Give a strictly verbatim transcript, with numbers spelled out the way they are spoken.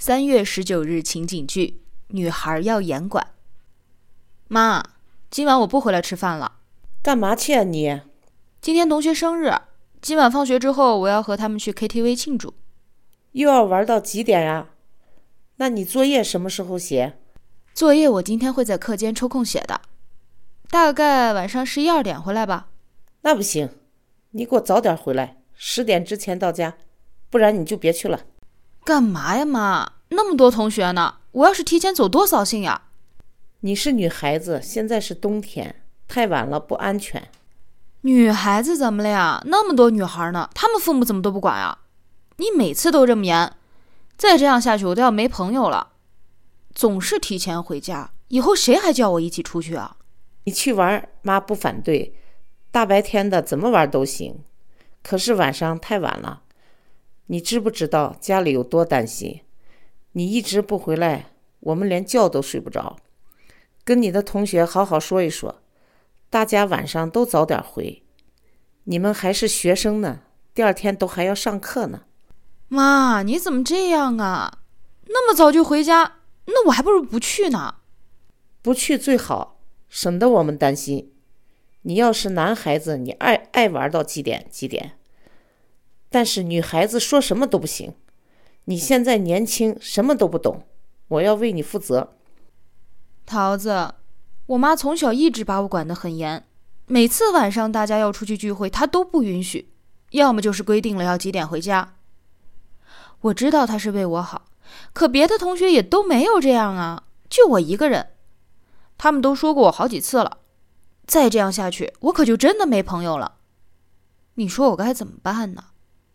三月十九日情景剧，女孩要严管。妈，今晚我不回来吃饭了。 干嘛去啊你？ 今天同学生日，今晚放学之后我要和他们去 K T V 庆祝。 又要玩到几点啊？那你作业什么时候写？ 作业我今天会在课间抽空写的，大概晚上十一二点回来吧。 那不行，你给我早点回来，十点之前到家，不然你就别去了。 干嘛呀妈？那么多同学呢，我要是提前走多扫兴呀。 你是女孩子，现在是冬天，太晚了不安全。 女孩子怎么了呀？那么多女孩呢，她们父母怎么都不管啊？你每次都这么严，再这样下去我都要没朋友了。总是提前回家，以后谁还叫我一起出去啊？ 你去玩妈不反对，大白天的怎么玩都行，可是晚上太晚了，你知不知道家里有多担心？你一直不回来，我们连觉都睡不着。跟你的同学好好说一说，大家晚上都早点回。你们还是学生呢，第二天都还要上课呢。 妈，你怎么这样啊？那么早就回家，那我还不如不去呢。 不去最好，省得我们担心。你要是男孩子，你爱爱玩到几点几点，但是女孩子说什么都不行。你现在年轻，什么都不懂，我要为你负责。 桃子，我妈从小一直把我管得很严，每次晚上大家要出去聚会，她都不允许，要么就是规定了要几点回家。我知道她是为我好，可别的同学也都没有这样啊，就我一个人。他们都说过我好几次了，再这样下去，我可就真的没朋友了。你说我该怎么办呢？